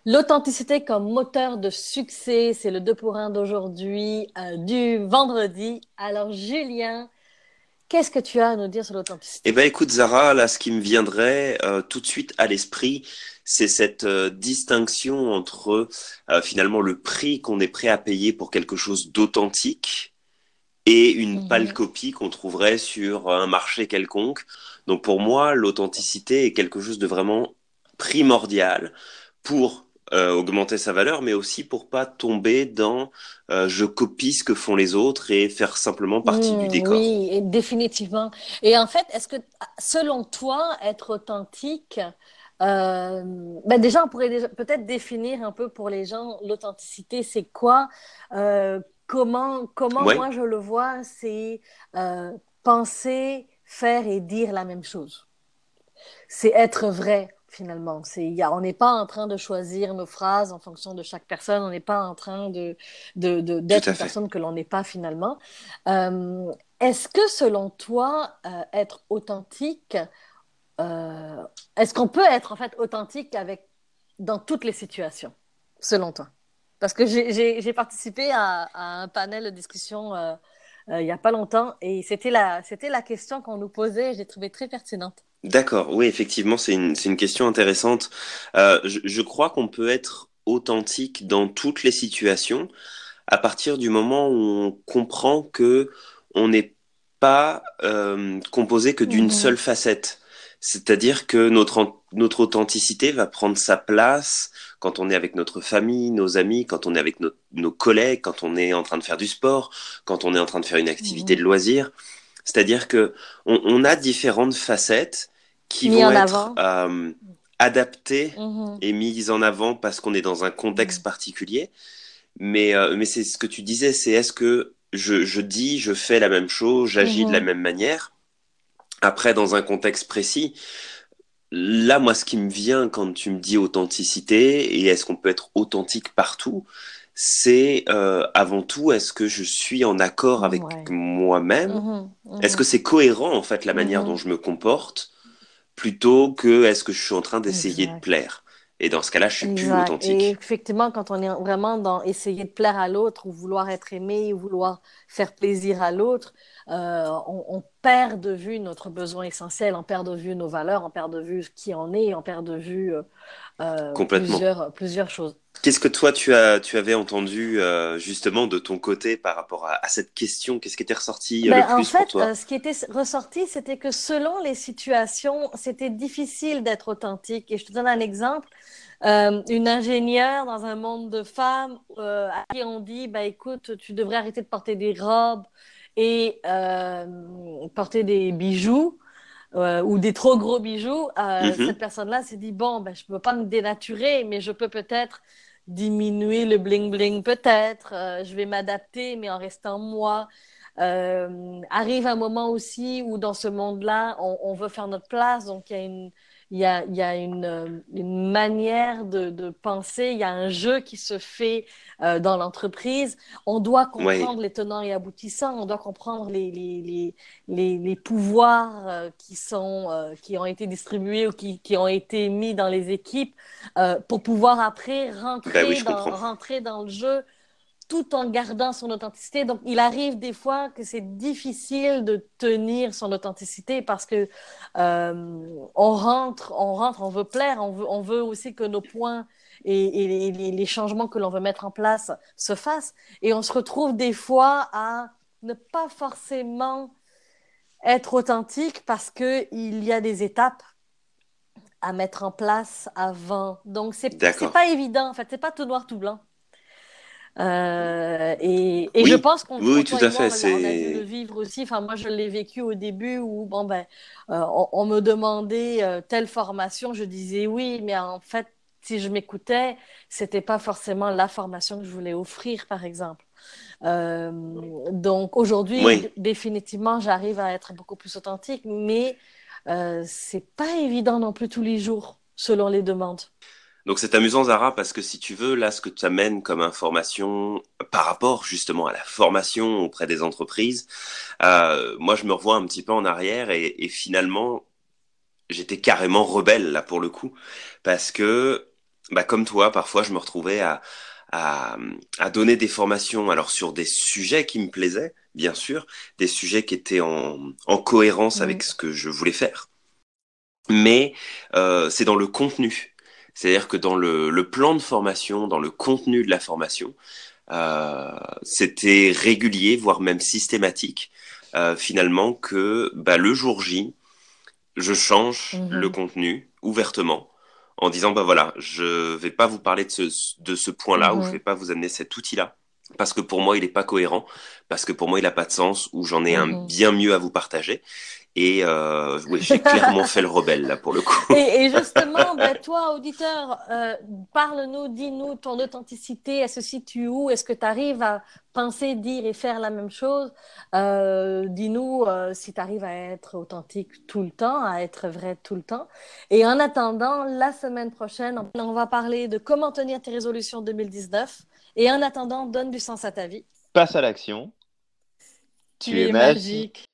L'authenticité comme moteur de succès, c'est le 2 pour 1 d'aujourd'hui, du vendredi. Alors, Julien, qu'est-ce que tu as à nous dire sur Eh l'authenticité? ben écoute Zara, là ce qui me viendrait tout de suite à l'esprit, c'est cette distinction entre finalement le prix qu'on est prêt à payer pour quelque chose d'authentique et une pâle Mhm. copie qu'on trouverait sur un marché quelconque. Donc pour moi, l'authenticité est quelque chose de vraiment primordial pour augmenter sa valeur, mais aussi pour pas tomber dans je copie ce que font les autres et faire simplement partie du décor. Oui, et définitivement. Et en fait, est-ce que, selon toi, être authentique, euh, déjà, on pourrait peut-être définir un peu pour les gens l'authenticité, c'est quoi? Comment Ouais, moi je le vois, c'est penser, faire et dire la même chose. C'est être vrai finalement. On n'est pas en train de choisir nos phrases en fonction de chaque personne. On n'est pas en train tout d'être à une fait. personne que l'on n'est pas finalement. Est-ce que selon toi, être authentique, euh, est-ce qu'on peut être en fait authentique dans toutes les situations, selon toi? Parce que j'ai participé à un panel de discussion il n'y a pas longtemps et c'était la question qu'on nous posait et j'ai trouvé très pertinente. D'accord, oui, effectivement, c'est une question intéressante. Je crois qu'on peut être authentique dans toutes les situations à partir du moment où on comprend que on n'est pas composé que d'une seule Mhm. facette. C'est-à-dire que notre authenticité va prendre sa place quand on est avec notre famille, nos amis, quand on est avec nos collègues, quand on est en train de faire du sport, quand on est en train de faire une activité de Mhm. loisir. C'est-à-dire que on a différentes facettes qui Mis vont en être avant. adaptées Mhm. et mises en avant parce qu'on est dans un contexte Mhm. particulier. Mais c'est ce que tu disais, c'est est-ce que je dis, je fais la même chose, j'agis de la Mhm. même manière. Après, dans un contexte précis, là, moi, ce qui me vient quand tu me dis authenticité et est-ce qu'on peut être authentique partout, c'est avant tout, est-ce que je suis en accord avec Ouais. moi-même? Mhm. Est-ce que Mhm. c'est cohérent, en fait, la manière dont Mhm. je me comporte, plutôt que est-ce que je suis en train d'essayer de Exact. plaire? Et dans ce cas-là, je suis plus Exact. Et authentique. effectivement, quand on est vraiment dans essayer de plaire à l'autre ou vouloir être aimé ou vouloir faire plaisir à l'autre, on perd de vue notre besoin essentiel, on perd de vue nos valeurs, on perd de vue qui on est, on perd de vue Complètement. plusieurs choses. Qu'est-ce que toi tu avais entendu justement de ton côté par rapport à cette question? Qu'est-ce qui était ressorti le En plus pour fait, toi? ce qui était ressorti, c'était que selon les situations, c'était difficile d'être authentique. Et je te donne un exemple. Une ingénieure dans un monde de femmes à qui on dit, bah, écoute, tu devrais arrêter de porter des robes et porter des bijoux ou des trop gros bijoux. Cette Mhm. personne-là s'est dit, bon, ben, je ne peux pas me dénaturer, mais je peux peut-être diminuer le bling-bling, peut-être. Je vais m'adapter, mais en restant moi. Arrive un moment aussi où dans ce monde-là, on veut faire notre place, donc il y a une manière de penser, il y a un jeu qui se fait dans l'entreprise. On doit Ouais, comprendre les tenants et aboutissants, on doit comprendre les pouvoirs qui ont été distribués ou qui ont été mis dans les équipes pour pouvoir après bah oui, je comprends. rentrer dans le jeu tout en gardant son authenticité. Donc, il arrive des fois que c'est difficile de tenir son authenticité parce que on veut plaire, on veut aussi que nos points et les changements que l'on veut mettre en place se fassent. Et on se retrouve des fois à ne pas forcément être authentique parce que il y a des étapes à mettre en place avant. Donc, c'est D'accord. pas évident. En fait, c'est pas tout noir, tout blanc. Et je Oui, pense oui, oui, tout toi et à moi, fait. on a dû le C'est vivre aussi. Enfin, moi, je l'ai vécu au début où, bon, on me demandait telle formation. Je disais oui, mais en fait, si je m'écoutais, c'était pas forcément la formation que je voulais offrir, par exemple. Euh, donc, aujourd'hui, oui. définitivement, j'arrive à être beaucoup plus authentique, mais c'est pas évident non plus tous les jours, selon les demandes. Donc c'est amusant, Zara, parce que si tu veux, là, ce que tu amènes comme information par rapport justement à la formation auprès des entreprises, moi, je me revois un petit peu en arrière et finalement, j'étais carrément rebelle là pour le coup, parce que bah, comme toi, parfois, je me retrouvais à, à donner des formations, alors sur des sujets qui me plaisaient, bien sûr, des sujets qui étaient en cohérence Mm. avec ce que je voulais faire, mais c'est dans le contenu. C'est-à-dire que dans le plan de formation, dans le contenu de la formation, euh, c'était régulier, voire même systématique, finalement, que bah, le jour J, je change le Mhm. contenu ouvertement en disant, bah voilà, je vais pas vous parler de ce point-là ou je vais Mhm. pas vous amener cet outil-là parce que pour moi, il n'est pas cohérent, parce que pour moi, il n'a pas de sens, ou j'en ai un Mhm. bien mieux à vous partager. Et oui, j'ai clairement fait le rebelle là pour le coup. Et justement, ben, toi, auditeur, parle-nous, dis-nous, ton authenticité, elle se situe où? Est-ce que tu arrives à penser, dire et faire la même chose? Dis-nous si tu arrives à être authentique tout le temps, à être vrai tout le temps. Et en attendant, la semaine prochaine, on va parler de comment tenir tes résolutions 2019. Et en attendant, donne du sens à ta vie. Passe à l'action. Tu Tu es es magique. magique.